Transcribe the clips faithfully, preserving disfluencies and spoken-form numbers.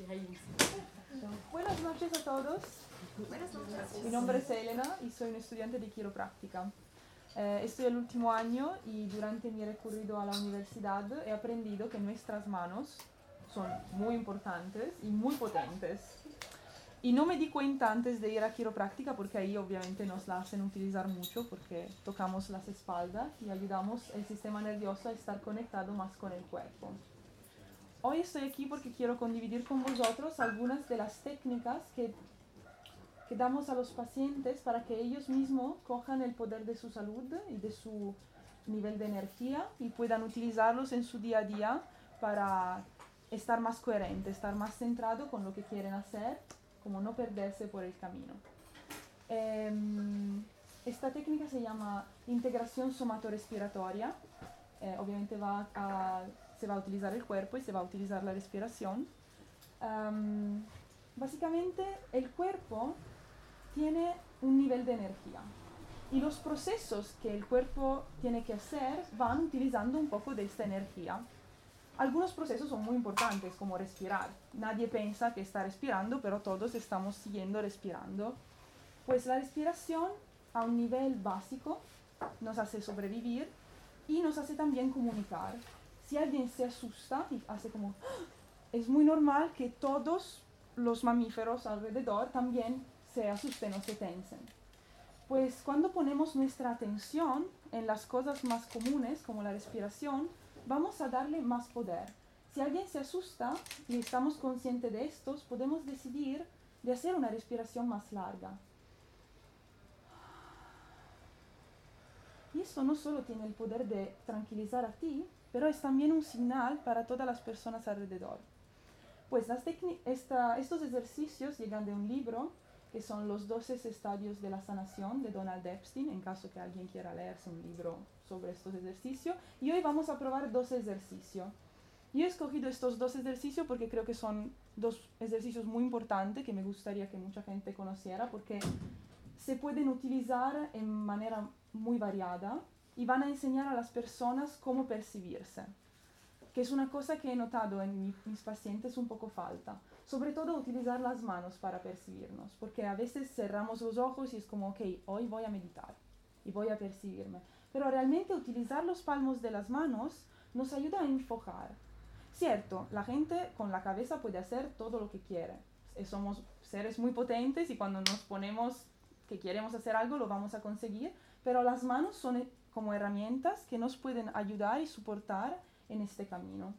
Buenas noches a todos. Buenas noches. Mi nombre es Elena y soy una estudiante de quiropráctica. Eh, estoy el último año y durante mi recorrido a la universidad he aprendido que nuestras manos son muy importantes y muy potentes. Y no me di cuenta antes de ir a quiropráctica porque ahí obviamente nos la hacen utilizar mucho porque tocamos las espaldas y ayudamos el sistema nervioso a estar conectado más con el cuerpo. Hoy estoy aquí porque quiero condividir con vosotros algunas de las técnicas que, que damos a los pacientes para que ellos mismos cojan el poder de su salud y de su nivel de energía y puedan utilizarlos en su día a día para estar más coherente, estar más centrado con lo que quieren hacer, como no perderse por el camino. Eh, esta técnica se llama integración somatorespiratoria. Eh, obviamente va a, se va a utilizar el cuerpo y se va a utilizar la respiración. Um, básicamente el cuerpo tiene un nivel de energía y los procesos que el cuerpo tiene que hacer van utilizando un poco de esta energía. Algunos procesos son muy importantes, como respirar. Nadie piensa que está respirando, pero todos estamos siguiendo respirando. Pues la respiración a un nivel básico nos hace sobrevivir y nos hace también comunicar. Si alguien se asusta y hace como... Es muy normal que todos los mamíferos alrededor también se asusten o se tensen. Pues cuando ponemos nuestra atención en las cosas más comunes, como la respiración, vamos a darle más poder. Si alguien se asusta y estamos conscientes de estos, podemos decidir de hacer una respiración más larga. Y esto no solo tiene el poder de tranquilizar a ti, pero es también un señal para todas las personas alrededor. Pues las esta, estos ejercicios llegan de un libro que son los doce estadios de la sanación de Donald Epstein, en caso que alguien quiera leerse un libro sobre estos ejercicios. Y hoy vamos a probar dos ejercicios. Yo he escogido estos dos ejercicios porque creo que son dos ejercicios muy importantes que me gustaría que mucha gente conociera porque se pueden utilizar en manera muy variada y van a enseñar a las personas cómo percibirse, que es una cosa que he notado en mi, mis pacientes un poco falta. Sobre todo utilizar las manos para percibirnos, porque a veces cerramos los ojos y es como, ok, hoy voy a meditar y voy a percibirme. Pero realmente utilizar los palmos de las manos nos ayuda a enfocar. Cierto, la gente con la cabeza puede hacer todo lo que quiere. Somos seres muy potentes y cuando nos ponemos que queremos hacer algo lo vamos a conseguir, pero las manos son como herramientas que nos pueden ayudar y soportar en este camino.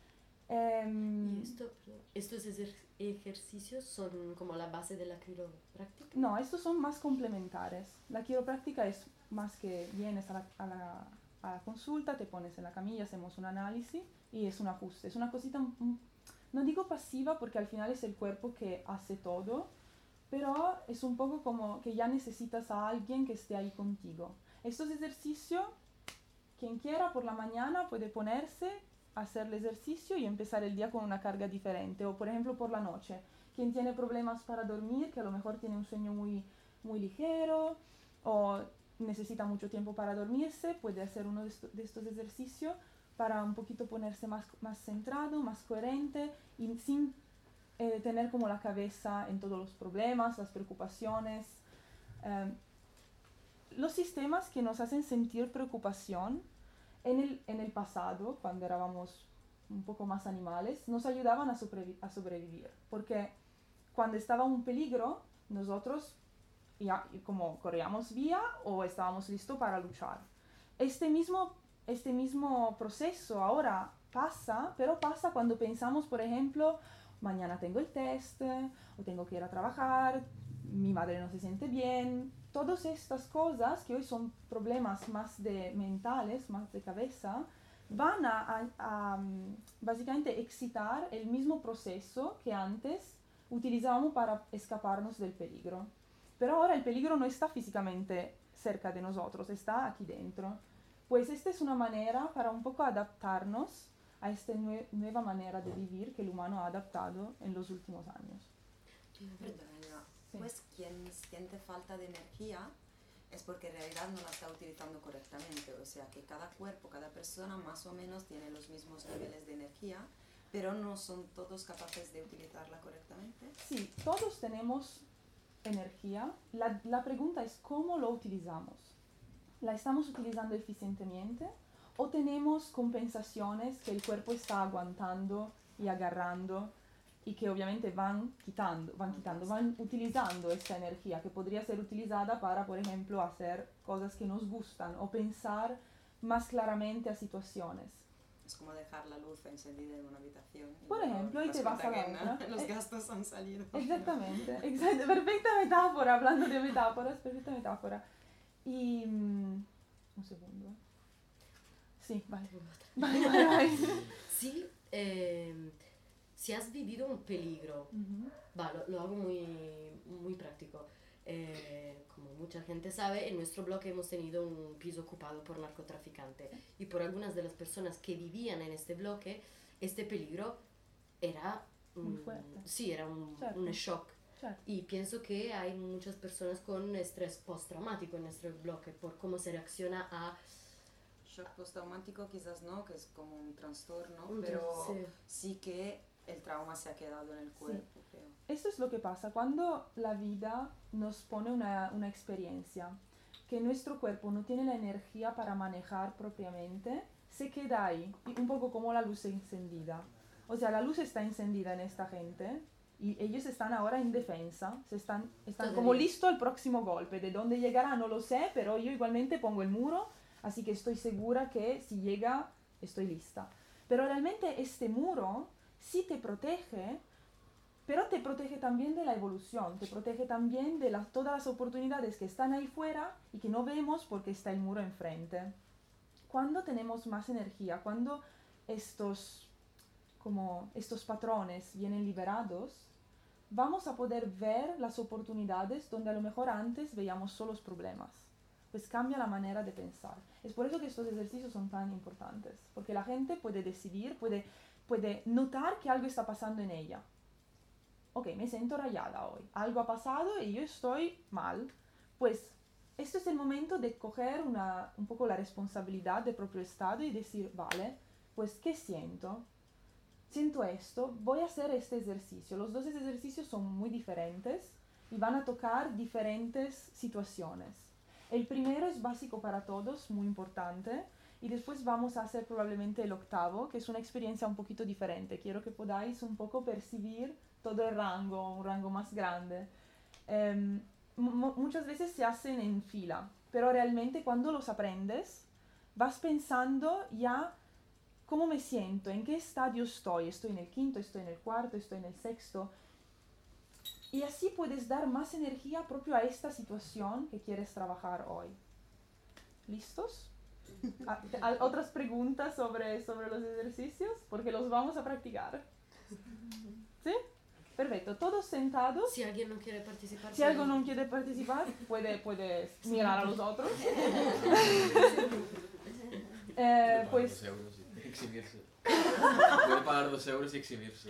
Um, ¿Y esto, estos ejercicios son como la base de la quiropráctica? No, estos son más complementares. La quiropráctica es más que vienes a la, a, la, a la consulta, te pones en la camilla, hacemos un análisis y es un ajuste. Es una cosita, no digo pasiva porque al final es el cuerpo que hace todo, pero es un poco como que ya necesitas a alguien que esté ahí contigo. Estos ejercicios, quien quiera por la mañana puede ponerse, hacer el ejercicio y empezar el día con una carga diferente. O por ejemplo por la noche, quien tiene problemas para dormir, que a lo mejor tiene un sueño muy, muy ligero o necesita mucho tiempo para dormirse, puede hacer uno de, esto, de estos ejercicios para un poquito ponerse más, más centrado, más coherente y sin eh, tener como la cabeza en todos los problemas, las preocupaciones. Eh, los sistemas que nos hacen sentir preocupación En el, en el pasado, cuando éramos un poco más animales, nos ayudaban a, sobrevi- a sobrevivir, porque cuando estaba un peligro, nosotros ya, como corríamos vía o estábamos listos para luchar. Este mismo, este mismo proceso ahora pasa, pero pasa cuando pensamos, por ejemplo, mañana tengo el test, o tengo que ir a trabajar, mi madre no se siente bien. Todas estas cosas, que hoy son problemas más de mentales, más de cabeza, van a, a, a básicamente excitar el mismo proceso que antes utilizábamos para escaparnos del peligro. Pero ahora el peligro no está físicamente cerca de nosotros, está aquí dentro. Pues esta es una manera para un poco adaptarnos a esta nue- nueva manera de vivir que el humano ha adaptado en los últimos años. Sí. Pues quien siente falta de energía es porque en realidad no la está utilizando correctamente, o sea que cada cuerpo, cada persona más o menos tiene los mismos niveles de energía, pero no son todos capaces de utilizarla correctamente. Sí, todos tenemos energía. La, la pregunta es cómo lo utilizamos. ¿La estamos utilizando eficientemente o tenemos compensaciones que el cuerpo está aguantando y agarrando y que obviamente van quitando, van quitando, van utilizando esta energía que podría ser utilizada para, por ejemplo, hacer cosas que nos gustan o pensar más claramente a situaciones? Es como dejar la luz encendida en una habitación. Por ejemplo, y te vas a la otra. Los Eh, gastos han salido. Exactamente, exact- perfecta metáfora, hablando de metáforas, perfecta metáfora. Y... mm, un segundo. Sí, vale. Vale, vale, vale. Sí, eh, si has vivido un peligro, Ujú. va, lo, lo hago muy, muy práctico. Eh, como mucha gente sabe, en nuestro bloque hemos tenido un piso ocupado por narcotraficantes y por algunas de las personas que vivían en este bloque, este peligro era Muy un- fuerte. sí, era un, Certo. un shock. Certo. Y pienso que hay muchas personas con estrés postraumático en nuestro bloque por cómo se reacciona a Shock postraumático quizás no, que es como un trastorno, un pero sí. sí que el trauma se ha quedado en el cuerpo, creo. Esto es lo que pasa cuando la vida nos pone una, una experiencia que nuestro cuerpo no tiene la energía para manejar propiamente, se queda ahí, y un poco como la luz encendida. O sea, la luz está encendida en esta gente y ellos están ahora en defensa, se están, están como Todavía. listos al próximo golpe. De dónde llegará no lo sé, pero yo igualmente pongo el muro, así que estoy segura que si llega estoy lista. Pero realmente este muro sí te protege, pero te protege también de la evolución, te protege también de las, todas las oportunidades que están ahí fuera y que no vemos porque está el muro enfrente. Cuando tenemos más energía, cuando estos, como estos patrones vienen liberados, vamos a poder ver las oportunidades donde a lo mejor antes veíamos solo los problemas. Pues cambia la manera de pensar. Es por eso que estos ejercicios son tan importantes, porque la gente puede decidir, puede, puede notar que algo está pasando en ella. Ok, me siento rayada hoy, algo ha pasado y yo estoy mal. Pues este es el momento de coger una, un poco la responsabilidad del propio estado y decir, vale, pues ¿qué siento? Siento esto, voy a hacer este ejercicio. Los dos ejercicios son muy diferentes y van a tocar diferentes situaciones. El primero es básico para todos, muy importante, y después vamos a hacer probablemente el octavo, que es una experiencia un poquito diferente. Quiero que podáis un poco percibir todo el rango, un rango más grande. Em, mu- muchas veces se hacen en fila, pero realmente cuando los aprendes, vas pensando ya cómo me siento, en qué estadio estoy. Estoy en el quinto, estoy en el cuarto, estoy en el sexto. Y así puedes dar más energía propio a esta situación que quieres trabajar hoy. ¿Listos? ¿A- a- ¿Otras preguntas sobre, sobre los ejercicios? Porque los vamos a practicar. ¿Sí? Perfecto. Todos sentados. Si alguien no quiere participar, Si alguien no quiere participar, puede, puede mirar a los otros. Eh, pues Dos euros y exhibirse. Puede pagar dos euros y exhibirse.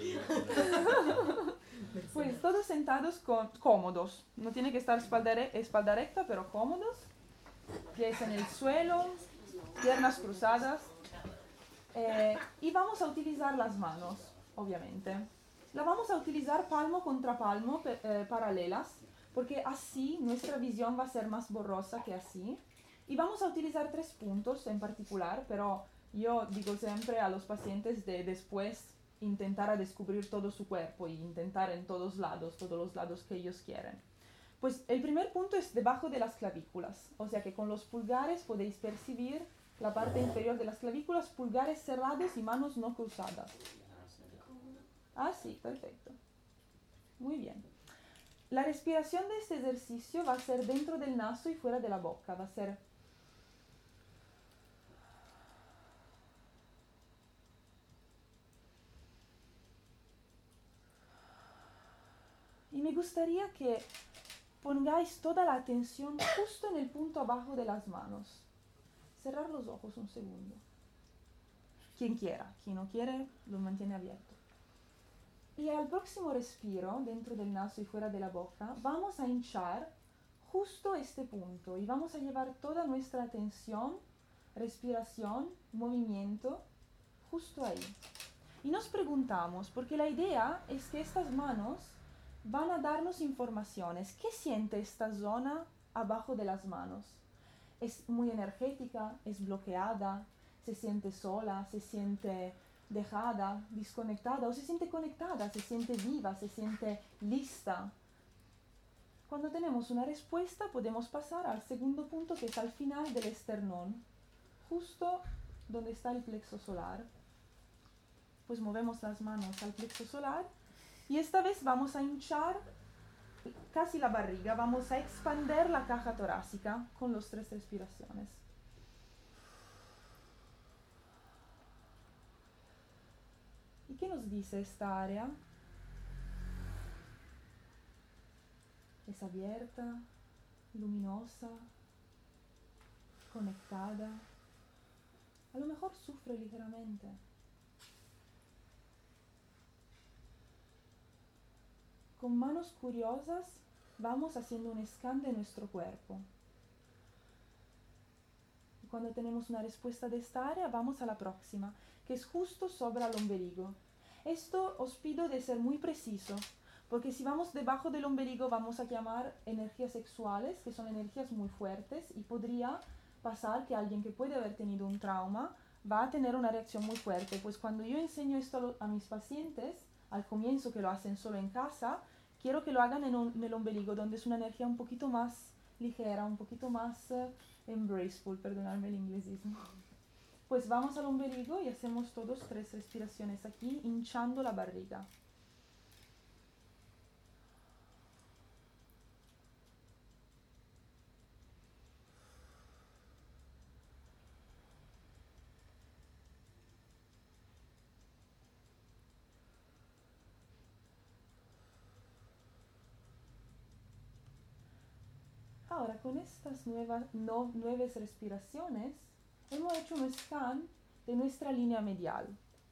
Pues todos sentados con, cómodos. No tiene que estar espalda, re- espalda recta, pero cómodos. Pies en el suelo, piernas cruzadas. Eh, y vamos a utilizar las manos, obviamente. La vamos a utilizar palmo contra palmo, pe- eh, paralelas, porque así nuestra visión va a ser más borrosa que así. Y vamos a utilizar tres puntos en particular, pero yo digo siempre a los pacientes de después intentar a descubrir todo su cuerpo y intentar en todos lados, todos los lados que ellos quieren. Pues el primer punto es debajo de las clavículas, o sea que con los pulgares podéis percibir la parte inferior de las clavículas, pulgares cerrados y manos no cruzadas. Ah, sí, perfecto. Muy bien. La respiración de este ejercicio va a ser dentro del naso y fuera de la boca, va a ser... Y me gustaría que pongáis toda la atención justo en el punto abajo de las manos. Cerrar los ojos un segundo. Quien quiera, quien no quiere, lo mantiene abierto. Y al próximo respiro, dentro del naso y fuera de la boca, vamos a hinchar justo este punto y vamos a llevar toda nuestra atención, respiración, movimiento, justo ahí. Y nos preguntamos, porque la idea es que estas manos van a darnos informaciones. ¿Qué siente esta zona abajo de las manos? ¿Es muy energética? ¿Es bloqueada? ¿Se siente sola? ¿Se siente dejada, desconectada? ¿O se siente conectada? ¿Se siente viva? ¿Se siente lista? Cuando tenemos una respuesta podemos pasar al segundo punto, que es al final del esternón, justo donde está el plexo solar. Pues movemos las manos al plexo solar y esta vez vamos a hinchar casi la barriga, vamos a expander la caja torácica con las tres respiraciones. ¿Y qué nos dice esta área? Es abierta, luminosa, conectada. A lo mejor sufre ligeramente. Con manos curiosas vamos haciendo un scan de nuestro cuerpo. Y cuando tenemos una respuesta de esta área, vamos a la próxima, que es justo sobre el ombligo. Esto os pido de ser muy preciso, porque si vamos debajo del ombligo vamos a llamar energías sexuales, que son energías muy fuertes, y podría pasar que alguien que puede haber tenido un trauma va a tener una reacción muy fuerte. Pues cuando yo enseño esto a mis pacientes, al comienzo que lo hacen solo en casa, quiero que lo hagan en, un, en el ombligo, donde es una energía un poquito más ligera, un poquito más uh, embraceful, perdonadme el inglesismo. Pues vamos al ombligo y hacemos todos tres respiraciones aquí, hinchando la barriga. Ahora, con estas nuevas, no, nuevas respiraciones, hemos hecho un scan de nuestra línea medial.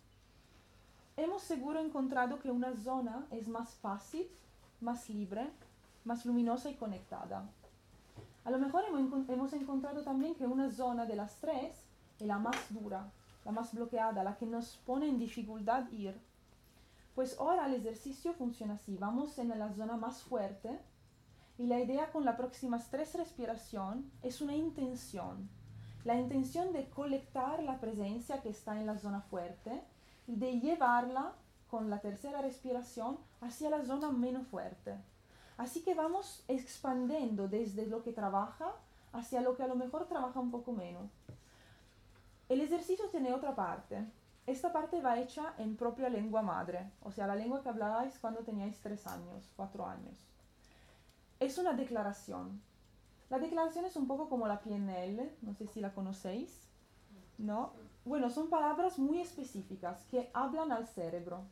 Hemos seguro encontrado que una zona es más fácil, más libre, más luminosa y conectada. A lo mejor hemos, hemos encontrado también que una zona de las tres es la más dura, la más bloqueada, la que nos pone en dificultad ir. Pues ahora el ejercicio funciona así. Vamos en la zona más fuerte. Y la idea con las próximas tres respiraciones es una intención. La intención de colectar la presencia que está en la zona fuerte y de llevarla con la tercera respiración hacia la zona menos fuerte. Así que vamos expandiendo desde lo que trabaja hacia lo que a lo mejor trabaja un poco menos. El ejercicio tiene otra parte. Esta parte va hecha en propia lengua madre, o sea, la lengua que hablabais cuando teníais tres años, cuatro años. Es una declaración. La declaración es un poco como la P N L, no sé si la conocéis, ¿no? Bueno, son palabras muy específicas que hablan al cerebro.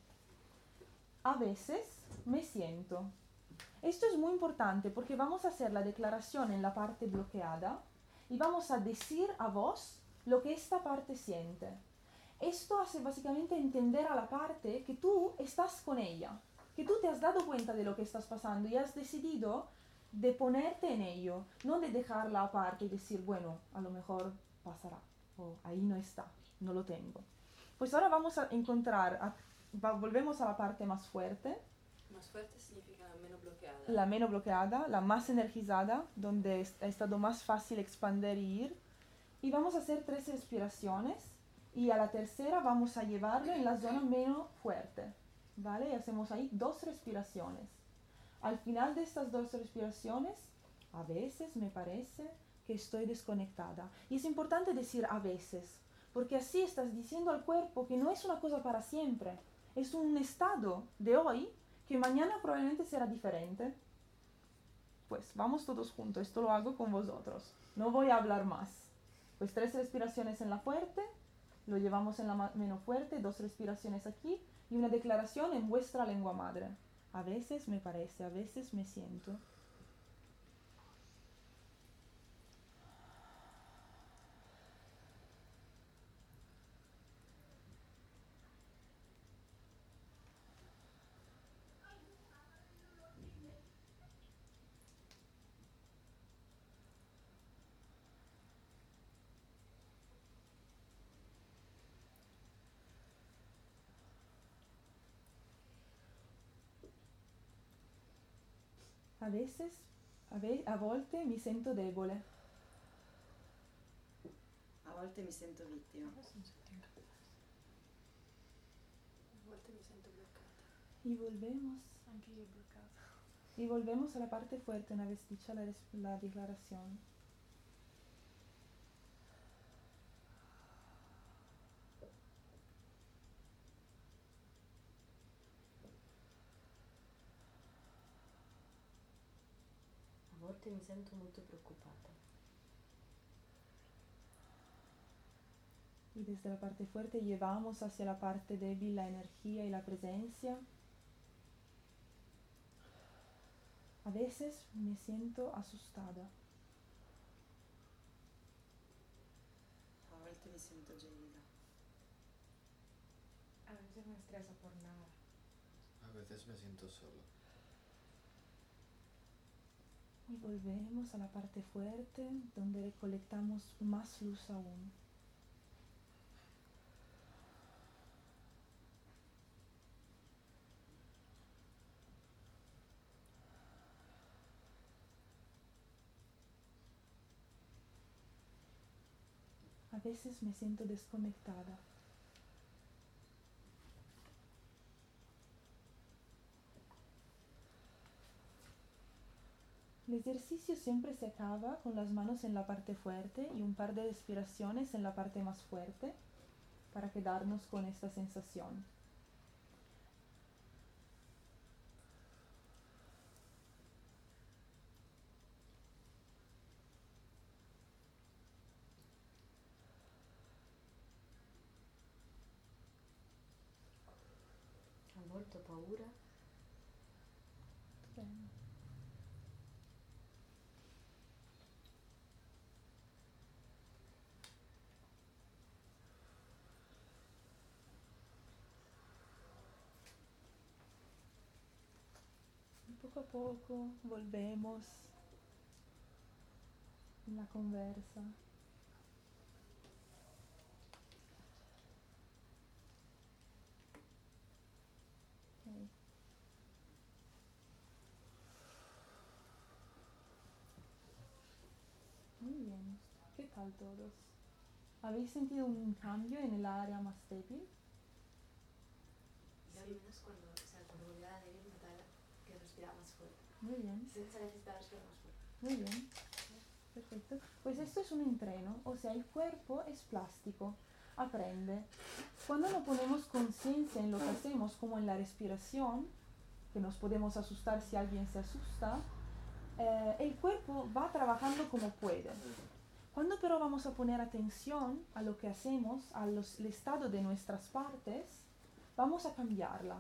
A veces me siento. Esto es muy importante porque vamos a hacer la declaración en la parte bloqueada y vamos a decir a vos lo que esta parte siente. Esto hace básicamente entender a la parte que tú estás con ella, que tú te has dado cuenta de lo que estás pasando y has decidido de ponerte en ello, no de dejarla aparte y decir, bueno, a lo mejor pasará, o ahí no está, no lo tengo. Pues ahora vamos a encontrar, a, va, volvemos a la parte más fuerte. Más fuerte significa menos bloqueada. La menos bloqueada, la más energizada, donde ha estado más fácil expandir y ir. Y vamos a hacer tres respiraciones y a la tercera vamos a llevarlo en la zona menos fuerte, ¿vale? Y hacemos ahí dos respiraciones. Al final de estas dos respiraciones, a veces me parece que estoy desconectada. Y es importante decir a veces, porque así estás diciendo al cuerpo que no es una cosa para siempre. Es un estado de hoy que mañana probablemente será diferente. Pues vamos todos juntos, esto lo hago con vosotros. No voy a hablar más. Pues tres respiraciones en la fuerte, lo llevamos en la menos fuerte, dos respiraciones aquí y una declaración en vuestra lengua madre. A veces me parece, a veces me siento. A veces, a, ve- a volte mi sento debole. A volte mi sento vittima. A volte mi sento bloccata. Y volvemos, Anche io bloccata. y volvemos a la parte fuerte una vez dicha la, res- la declaración. A volte mi sento molto preoccupata. Y desde la parte fuerte llevamos hacia la parte débil la energía y la presencia. A veces me siento asustada. A volte mi sento gelida. A veces me estresa por nada. A veces me siento solo. Y volvemos a la parte fuerte donde recolectamos más luz aún. A veces me siento desconectada. El ejercicio siempre se acaba con las manos en la parte fuerte y un par de respiraciones en la parte más fuerte para quedarnos con esta sensación. A volte ho paura. Bene. Y poco a poco volvemos en la conversa. Ok. Muy bien. ¿Qué tal todos? ¿Habéis sentido un cambio en el área más débil? Yo al menos cuando, o sea, cuando volví a la débil notaba que respiraba más fuerte. Muy bien. Se necesitaba respirar más fuerte. Muy bien, perfecto. Pues esto es un entreno, o sea, el cuerpo es plástico, aprende. Cuando no ponemos conciencia en lo que hacemos, como en la respiración, que nos podemos asustar si alguien se asusta, eh, el cuerpo va trabajando como puede. Cuando pero vamos a poner atención a lo que hacemos, al estado de nuestras partes, vamos a cambiarla.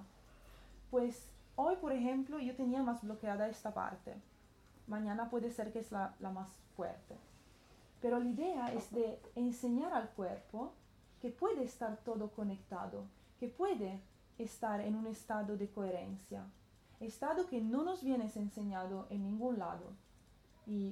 Pues hoy, por ejemplo, yo tenía más bloqueada esta parte. Mañana puede ser que es la, la más fuerte. Pero la idea es de enseñar al cuerpo que puede estar todo conectado, que puede estar en un estado de coherencia, estado que no nos viene enseñado en ningún lado. Y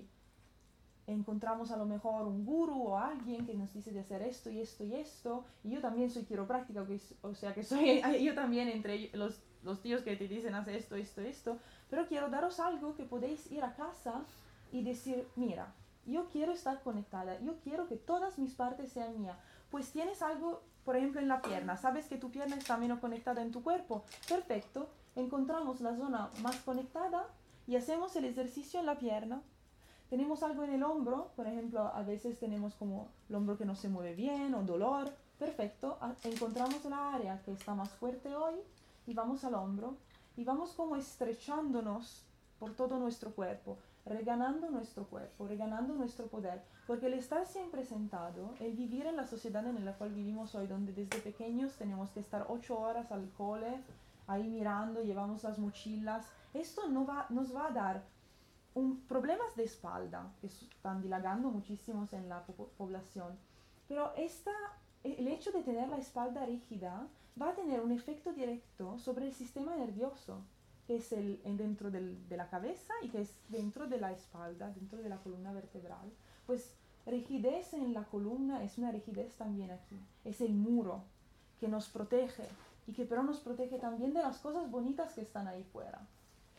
encontramos a lo mejor un gurú o alguien que nos dice de hacer esto y esto y esto, y yo también soy quiropráctica, o sea que soy yo también entre los, los tíos que te dicen hacer esto, esto, esto, pero quiero daros algo que podéis ir a casa y decir, mira, yo quiero estar conectada, yo quiero que todas mis partes sean mías. Pues tienes algo, por ejemplo, en la pierna, sabes que tu pierna está menos conectada en tu cuerpo, perfecto, encontramos la zona más conectada y hacemos el ejercicio en la pierna. Tenemos algo en el hombro, por ejemplo, a veces tenemos como el hombro que no se mueve bien o dolor, perfecto, encontramos la área que está más fuerte hoy y vamos al hombro y vamos como estrechándonos por todo nuestro cuerpo, reganando nuestro cuerpo, reganando nuestro poder, porque el estar siempre sentado, el vivir en la sociedad en la cual vivimos hoy, donde desde pequeños tenemos que estar ocho horas al cole, ahí mirando, llevamos las mochilas, esto no va, nos va a dar un, problemas de espalda, que están dilagando muchísimos en la po- población, pero esta, el hecho de tener la espalda rígida va a tener un efecto directo sobre el sistema nervioso, que es el, en dentro del, de la cabeza y que es dentro de la espalda, dentro de la columna vertebral. Pues rigidez en la columna es una rigidez también aquí, es el muro que nos protege y que pero nos protege también de las cosas bonitas que están ahí fuera.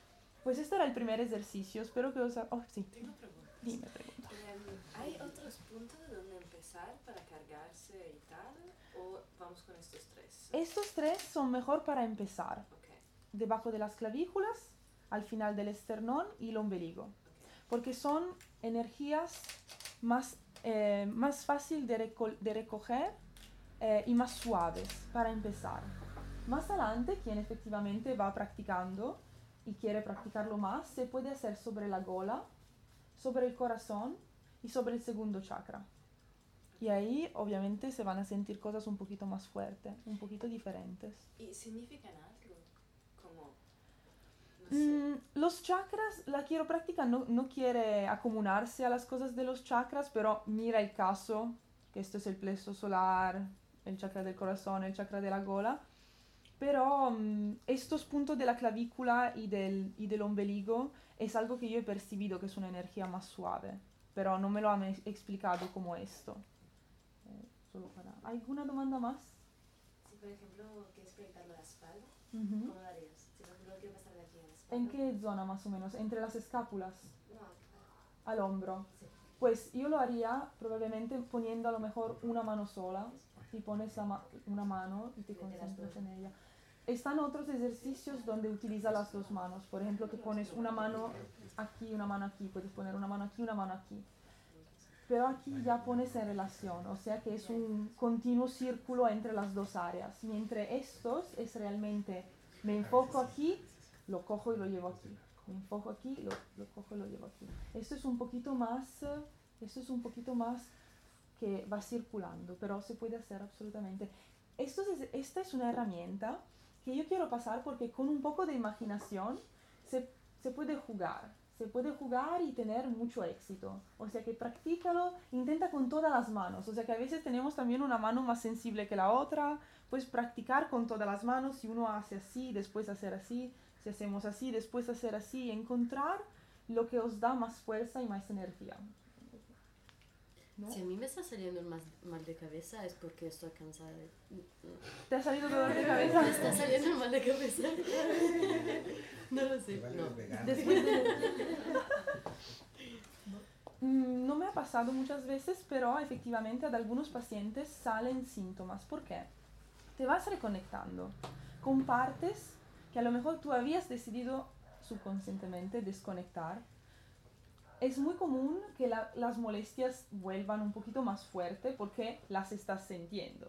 Pues este era el primer ejercicio, espero que os... ha- Oh, sí, Tengo preguntas. dime, pregunta. Em, ¿Hay otros puntos de donde empezar para cargarse y tal? ¿O vamos con estos tres? Estos tres son mejor para empezar. Ok, Debajo de las clavículas, al final del esternón y el ombligo. ok. Porque son energías más, eh, más fácil de, reco- de recoger eh, y más suaves para empezar. Más adelante, quien efectivamente va practicando y quiere practicarlo más, se puede hacer sobre la gola, sobre el corazón y sobre el segundo chakra. Y ahí obviamente se van a sentir cosas un poquito más fuertes, un poquito diferentes. ¿Y significan algo? Como, no sé. Mm, los chakras, la quiropráctica no, no quiere acumularse a las cosas de los chakras, pero mira el caso, que esto es el plexo solar, el chakra del corazón, el chakra de la gola, pero mm, estos puntos de la clavícula y del, y del ombligo es algo que yo he percibido que es una energía más suave, pero no me lo han ex- explicado como esto. Eh, solo para... ¿Alguna demanda más? Si por ejemplo quieres proyectarlo a la espalda, Ujú. ¿cómo lo harías? Si por ejemplo lo quiero pasar de aquí a la espalda. ¿En qué zona más o menos? ¿Entre las escápulas? No, aquí. Al hombro. Sí. Pues yo lo haría probablemente poniendo a lo mejor una mano sola y pones la ma- una mano y te Y meterás concentras todo. en ella. Están otros ejercicios donde utiliza las dos manos. Por ejemplo, que pones una mano aquí, una mano aquí. Puedes poner una mano aquí, una mano aquí. Pero aquí ya pones en relación, o sea que es un continuo círculo entre las dos áreas. Mientras estos es realmente, me enfoco aquí, lo cojo y lo llevo aquí. Me enfoco aquí, lo, lo cojo y lo llevo aquí. Esto es un poquito más, eh, esto es un poquito más que va circulando, pero se puede hacer absolutamente. Esto es, esta es una herramienta que yo quiero pasar porque con un poco de imaginación se, se puede jugar. Se puede jugar y tener mucho éxito. O sea que practícalo, intenta con todas las manos. O sea que a veces tenemos también una mano más sensible que la otra. Puedes practicar con todas las manos. Si uno hace así, después hacer así. Si hacemos así, después hacer así. Encontrar lo que os da más fuerza y más energía. ¿No? Si a mí me está saliendo un mal, mal de cabeza es porque estoy cansada de... ¿Te ha salido dolor de cabeza? Me está saliendo un mal de cabeza. No lo sé. Igual No. eres vegano. Después de... Mm, No me ha pasado muchas veces, pero efectivamente de algunos pacientes salen síntomas. ¿Por qué? Te vas reconectando con partes que a lo mejor tú habías decidido subconscientemente desconectar. Es muy común que la- las molestias vuelvan un poquito más fuerte porque las estás sintiendo.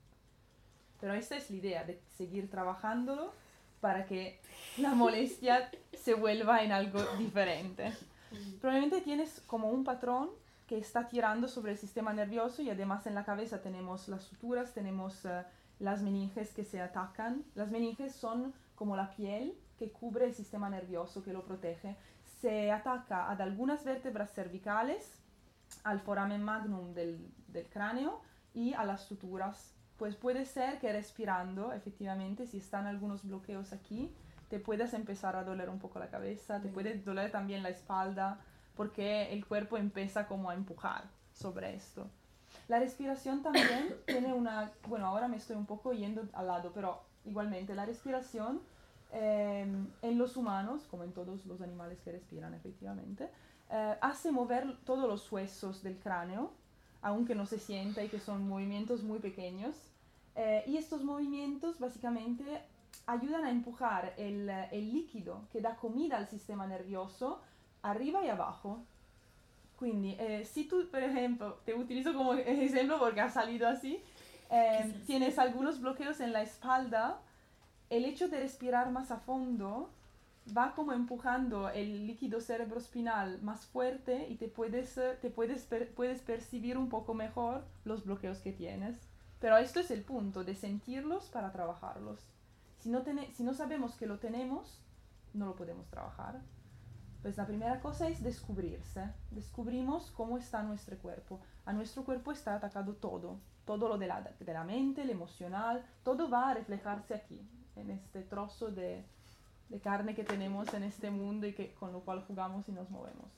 Pero esta es la idea, de seguir trabajándolo para que la molestia se vuelva en algo diferente. Probablemente tienes como un patrón que está tirando sobre el sistema nervioso y además en la cabeza tenemos las suturas, tenemos eh, las meninges que se atacan. Las meninges son como la piel que cubre el sistema nervioso, que lo protege. Se ataca a algunas vértebras cervicales, al foramen magnum del, del cráneo y a las suturas. Pues puede ser que respirando, efectivamente, si están algunos bloqueos aquí, te puedes empezar a doler un poco la cabeza, te puede doler también la espalda, porque el cuerpo empieza como a empujar sobre esto. La respiración también tiene una... Bueno, ahora me estoy un poco yendo al lado, pero igualmente la respiración eh, en los humanos, como en todos los animales que respiran efectivamente, eh, hace mover todos los huesos del cráneo, aunque no se sienta y que son movimientos muy pequeños. Eh, y estos movimientos básicamente ayudan a empujar el, el líquido que da comida al sistema nervioso arriba y abajo. Quindi, eh, si tú, por ejemplo, te utilizo como ejemplo porque ha salido así, eh, tienes algunos bloqueos en la espalda, el hecho de respirar más a fondo va como empujando el líquido cerebroespinal más fuerte y te puedes, eh, te puedes, per- puedes percibir un poco mejor los bloqueos que tienes. Pero esto es el punto, de sentirlos para trabajarlos. Si no, tene- si no sabemos que lo tenemos, no lo podemos trabajar. Pues la primera cosa es descubrirse. Descubrimos cómo está nuestro cuerpo. A nuestro cuerpo está atacado todo. Todo lo de la, de la mente, el emocional, todo va a reflejarse aquí, en este trozo de, de carne que tenemos en este mundo y que, con lo cual jugamos y nos movemos.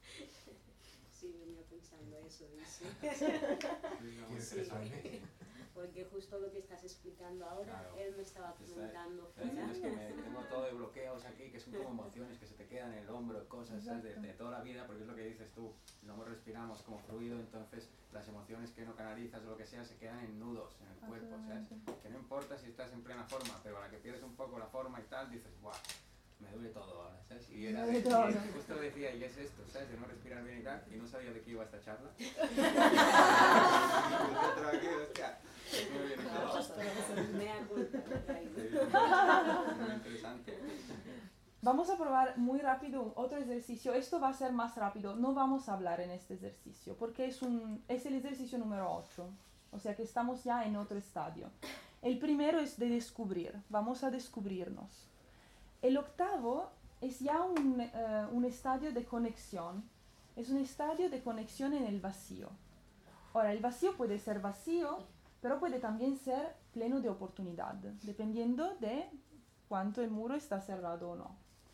Sí, venía pensando eso, dice. ¿Quieres que suene? porque justo lo que estás explicando ahora, Claro. él me estaba comentando Es fuera. que me, tengo todo de bloqueos aquí, que son como emociones que se te quedan en el hombro, cosas ¿sabes? De, de toda la vida, porque es lo que dices tú, no respiramos como fluido, entonces las emociones que no canalizas o lo que sea se quedan en nudos en el cuerpo, ¿sabes? Que no importa si estás en plena forma, pero a la que pierdes un poco la forma y tal, dices, ¡buah! Me duele todo ahora, ¿sabes? Y era de, y justo decía, y es esto, ¿sabes? De no respirar bien y tal, y no sabía de qué iba esta charla. Y dentro aquí, hostia, me viene todo. Me ha culpado. Muy interesante. Vamos a probar muy rápido otro ejercicio. Esto va a ser más rápido. No vamos a hablar en este ejercicio porque es, un, es el ejercicio número ocho. O sea que estamos ya en otro estadio. El primero es de descubrir. Vamos a descubrirnos. El octavo es ya un, uh, un estadio de conexión. Es un estadio de conexión en el vacío. Ahora, el vacío puede ser vacío, pero puede también ser pleno de oportunidad, dependiendo de cuánto el muro está cerrado o no.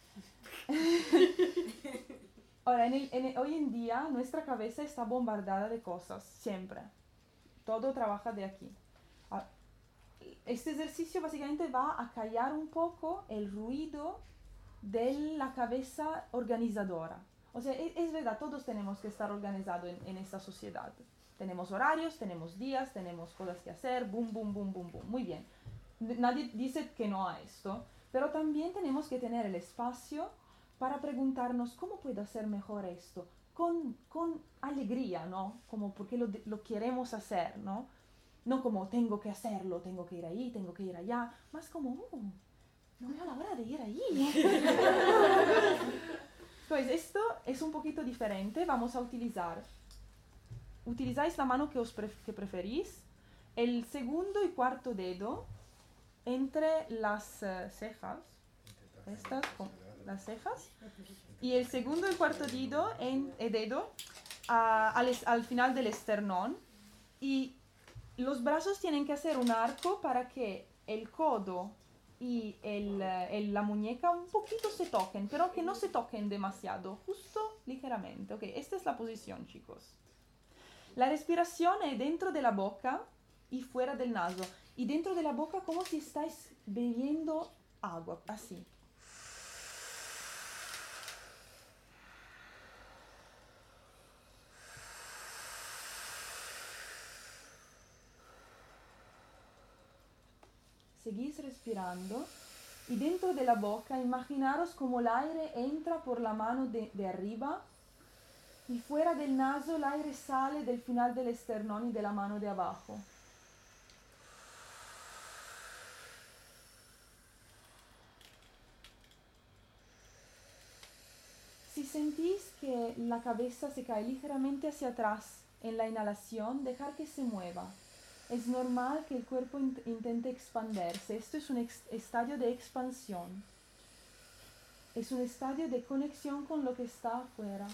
Ahora, en el, en el, hoy en día nuestra cabeza está bombardeada de cosas, siempre. Todo trabaja de aquí. Este ejercicio básicamente va a callar un poco el ruido de la cabeza organizadora. O sea, es, es verdad, todos tenemos que estar organizados en, en esta sociedad. Tenemos horarios, tenemos días, tenemos cosas que hacer, boom, boom, boom, boom, boom. Muy bien. Nadie dice que no a esto, pero también tenemos que tener el espacio para preguntarnos cómo puedo hacer mejor esto, con, con alegría, ¿no? Como porque lo, lo queremos hacer, ¿no? No como tengo que hacerlo, tengo que ir ahí, tengo que ir allá, más como, uh, no veo la hora de ir ahí. Pues esto es un poquito diferente, vamos a utilizar, utilizáis la mano que, os pref que preferís, el segundo y cuarto dedo entre las uh, cejas, estas, con las cejas, y el segundo y cuarto dedo, en, el dedo a, al, al final del esternón, y los brazos tienen que hacer un arco para que el codo y el, el, la muñeca un poquito se toquen, pero que no se toquen demasiado, justo ligeramente. Ok, esta es la posición, chicos. La respiración es dentro de la boca y fuera del naso. Y dentro de la boca como si estáis bebiendo agua, así. Seguís respirando y dentro de la boca imaginaros como el aire entra por la mano de, de arriba y fuera del naso el aire sale del final del esternón y de la mano de abajo. Si sentís que la cabeza se cae ligeramente hacia atrás en la inhalación, dejar que se mueva. Es normal que el cuerpo int intente expandirse. Esto es un estadio de expansión. Es un estadio de conexión con lo que está afuera.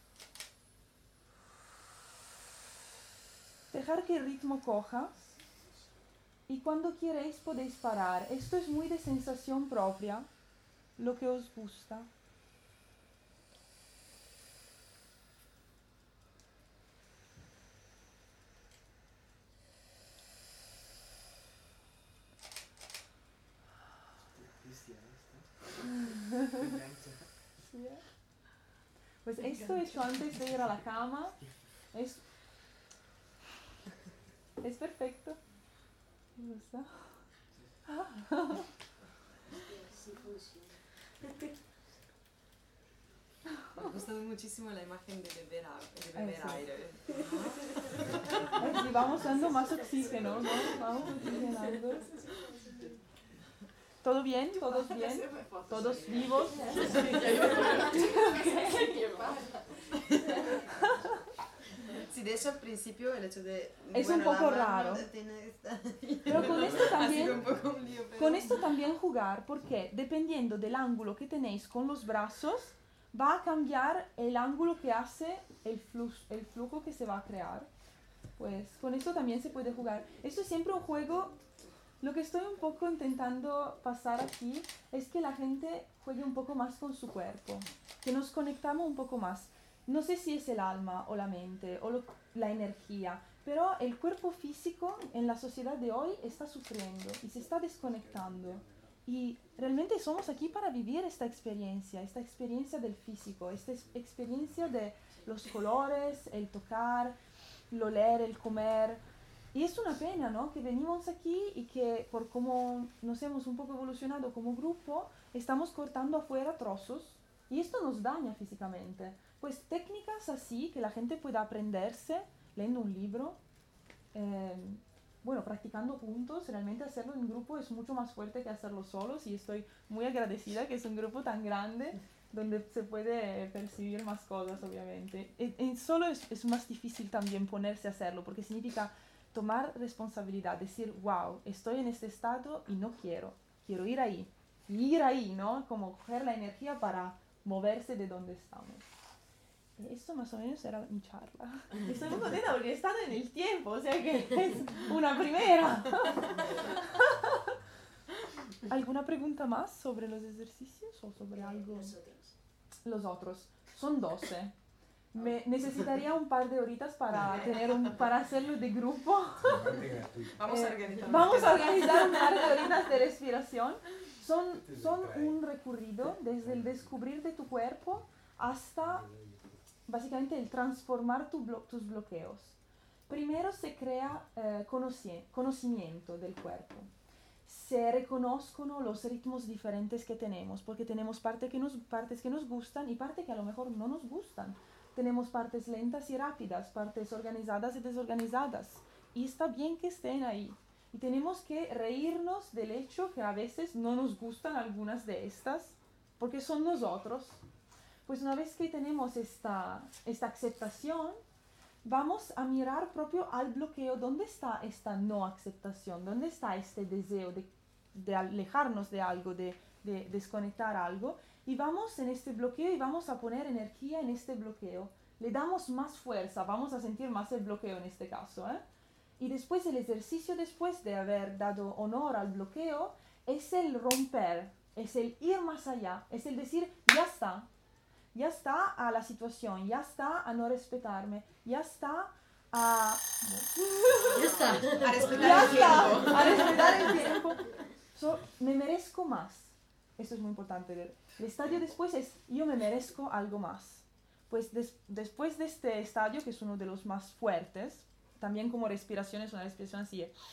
Dejar que el ritmo coja. Y cuando queréis podéis parar. Esto es muy de sensación propia, lo que os gusta. Pues esto hecho antes de ir a la cama es, es perfecto. ¿Me gusta? Sí funciona. Me ha gustado muchísimo la imagen de beber, de beber Ay, sí. aire. Ay, sí, vamos dando más oxígeno, ¿no? Vamos oxigenando. ¿Todo bien? ¿Todos bien? ¿Todos vivos? Sí, de hecho al principio el hecho de... Es bueno, un poco la mano raro. tiene esta- Pero con esto Ha sido también, un poco un lío, pero- con esto también jugar, porque dependiendo del ángulo que tenéis con los brazos, va a cambiar el ángulo que hace el flujo, el flujo que se va a crear. Pues con esto también se puede jugar. Esto es siempre un juego. Lo que estoy un poco intentando pasar aquí es que la gente juegue un poco más con su cuerpo, que nos conectamos un poco más. No sé si es el alma o la mente o lo- la energía, Pero el cuerpo físico en la sociedad de hoy está sufriendo y se está desconectando. Y realmente somos aquí para vivir esta experiencia, esta experiencia del físico, esta es- experiencia de los colores, el tocar, el oler, el comer. Y es una pena, ¿no? Que venimos aquí y que por cómo nos hemos un poco evolucionado como grupo, estamos cortando afuera trozos y esto nos daña físicamente. Pues técnicas así que la gente pueda aprenderse leyendo un libro, eh, bueno, practicando juntos, realmente hacerlo en grupo es mucho más fuerte que hacerlo solos y estoy muy agradecida que es un grupo tan grande donde se puede percibir más cosas, obviamente. En, en solo es, es más difícil también ponerse a hacerlo porque significa tomar responsabilidad, decir, wow, estoy en este estado y no quiero, quiero ir ahí, y ir ahí, ¿no? Como coger la energía para moverse de donde estamos. Esto más o menos era mi charla. Estoy muy contenta porque he estado en el tiempo, o sea que es una primera. ¿Alguna pregunta más sobre los ejercicios o sobre algo? Los otros. Los otros. Son doce. Me necesitaría un par de horitas para, tener un, para hacerlo de grupo. Vamos a Eh, organizar. Vamos a organizar un par de horitas de respiración. Son, son un recorrido desde el descubrir de tu cuerpo hasta básicamente el transformar tu blo- tus bloqueos. Primero se crea eh, conoci- conocimiento del cuerpo. Se reconozcan los ritmos diferentes que tenemos, porque tenemos parte que nos, partes que nos gustan y partes que a lo mejor no nos gustan. Tenemos partes lentas y rápidas, partes organizadas y desorganizadas. Y está bien que estén ahí. Y tenemos que reírnos del hecho que a veces no nos gustan algunas de estas, porque son nosotros. Pues una vez que tenemos esta, esta aceptación, vamos a mirar propio al bloqueo. ¿Dónde está esta no aceptación? ¿Dónde está este deseo de, de alejarnos de algo, de, de desconectar algo? Y vamos en este bloqueo y vamos a poner energía en este bloqueo. Le damos más fuerza, vamos a sentir más el bloqueo en este caso, ¿eh? Y después el ejercicio, después de haber dado honor al bloqueo, es el romper, es el ir más allá, es el decir, ya está. Ya está a la situación, ya está a no respetarme, ya está a... Ya está. A respetar Ya el tiempo. está, a respetar el tiempo. So, me merezco más. Esto es muy importante. El estadio después es, yo me merezco algo más. Pues des- después de este estadio, que es uno de los más fuertes, también como respiración es una respiración así. eh.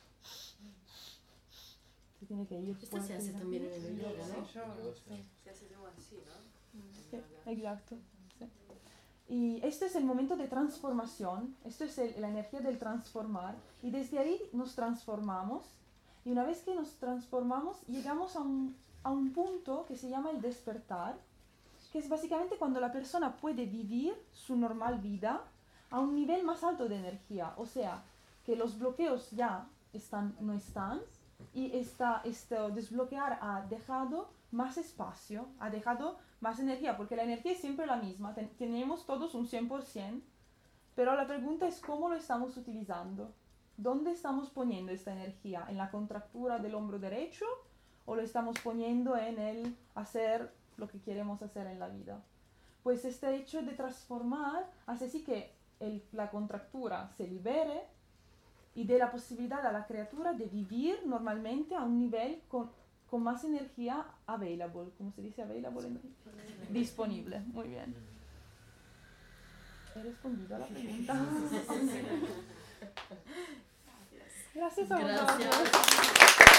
Se tiene que ir Esto fuerte, se hace ¿no? también en el yoga, ¿no? Se hace como así, ¿no? Sí, exacto. Sí. Y este es el momento de transformación, esto es el- la energía del transformar, y desde ahí nos transformamos, y una vez que nos transformamos, llegamos a un, a un punto que se llama el despertar, que es básicamente cuando la persona puede vivir su normal vida a un nivel más alto de energía, o sea, que los bloqueos ya están, no están, y esta, este desbloquear ha dejado más espacio, ha dejado más energía, porque la energía es siempre la misma, ten- tenemos todos un cien por ciento, pero la pregunta es cómo lo estamos utilizando, dónde estamos poniendo esta energía, en la contractura del hombro derecho o lo estamos poniendo en el hacer lo que queremos hacer en la vida. Pues este hecho de transformar hace así que el- la contractura se libere y dé la posibilidad a la criatura de vivir normalmente a un nivel con, con más energía available. ¿Cómo se dice available? en- Disponible. Muy bien. ¿He respondido a la pregunta? Gracias a vosotros. Gracias.